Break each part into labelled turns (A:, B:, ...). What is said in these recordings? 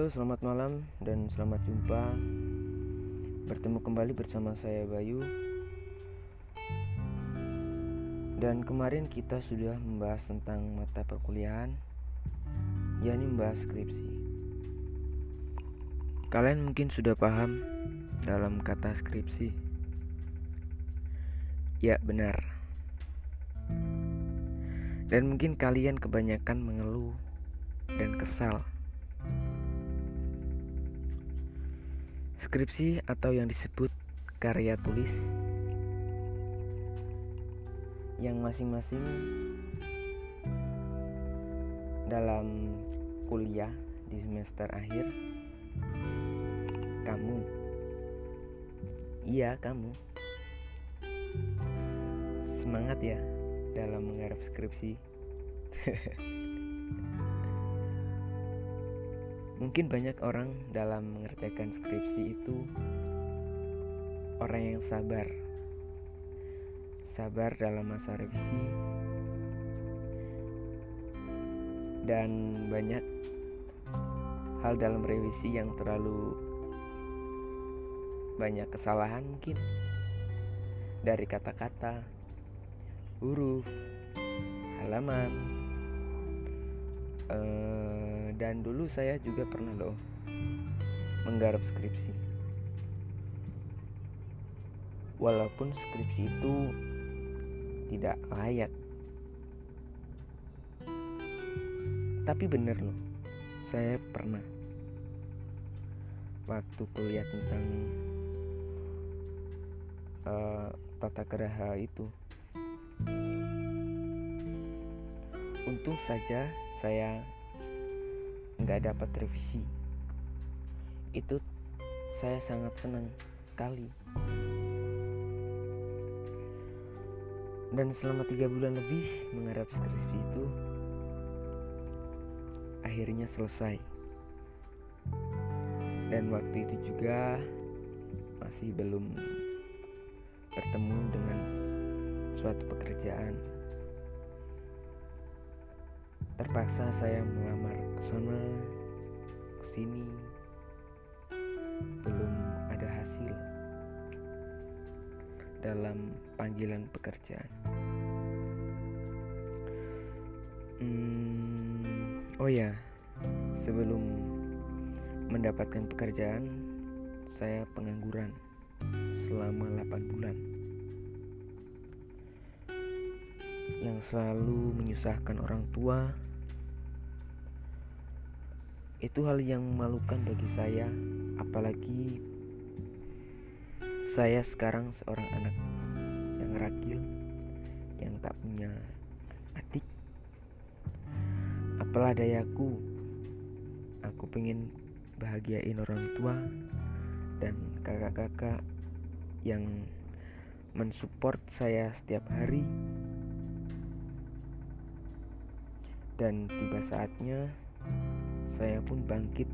A: Halo, selamat malam dan selamat jumpa. Bertemu kembali bersama saya Bayu. Dan kemarin kita sudah membahas tentang mata perkuliahan, yakni membahas skripsi. Kalian mungkin sudah paham dalam kata skripsi. Ya, benar. Dan mungkin kalian kebanyakan mengeluh dan kesal. Skripsi atau yang disebut karya tulis yang masing-masing dalam kuliah di semester akhir kamu semangat ya dalam menggarap skripsi. Mungkin banyak orang dalam mengerjakan skripsi itu orang yang sabar dalam masa revisi, dan banyak hal dalam revisi yang terlalu banyak kesalahan, mungkin dari kata-kata, huruf, halaman. Dan dulu saya juga pernah menggarap skripsi. Walaupun skripsi itu tidak layak, tapi bener saya pernah waktu kuliah tentang tata keraha itu. Untung saja saya nggak dapat revisi. Itu saya sangat senang sekali. Dan selama 3 bulan lebih menggarap skripsi itu akhirnya selesai. Dan waktu itu juga masih belum bertemu dengan suatu pekerjaan. Terpaksa saya melamar ke sana, ke sini, belum ada hasil dalam panggilan pekerjaan. Oh ya, sebelum mendapatkan pekerjaan, saya pengangguran selama 8 bulan. Yang selalu menyusahkan orang tua. Itu hal yang memalukan bagi saya, apalagi saya sekarang seorang anak yang ragil, yang tak punya adik. Apalah dayaku, aku pengen bahagiain orang tua dan kakak-kakak yang mensupport saya setiap hari. Dan tiba saatnya saya pun bangkit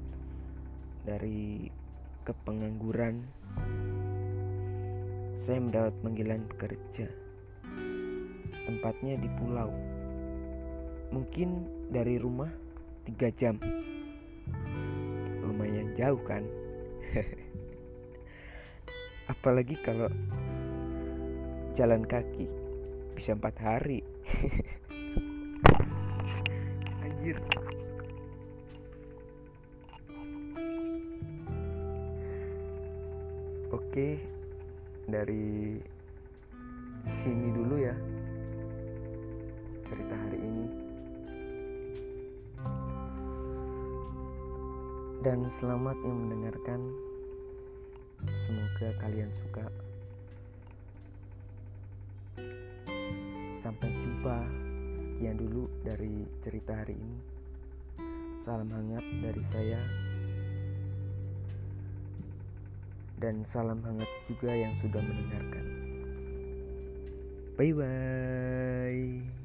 A: dari kepengangguran. Saya mendapat panggilan bekerja, tempatnya di pulau, mungkin dari rumah 3 jam. Lumayan jauh kan? Apalagi kalau jalan kaki bisa 4 hari. Anjir. Oke, dari sini dulu ya cerita hari ini. Dan selamat yang mendengarkan. Semoga kalian suka. Sampai jumpa. Sekian dulu dari cerita hari ini. Salam hangat dari saya. Dan salam hangat juga yang sudah mendengarkan. Bye bye.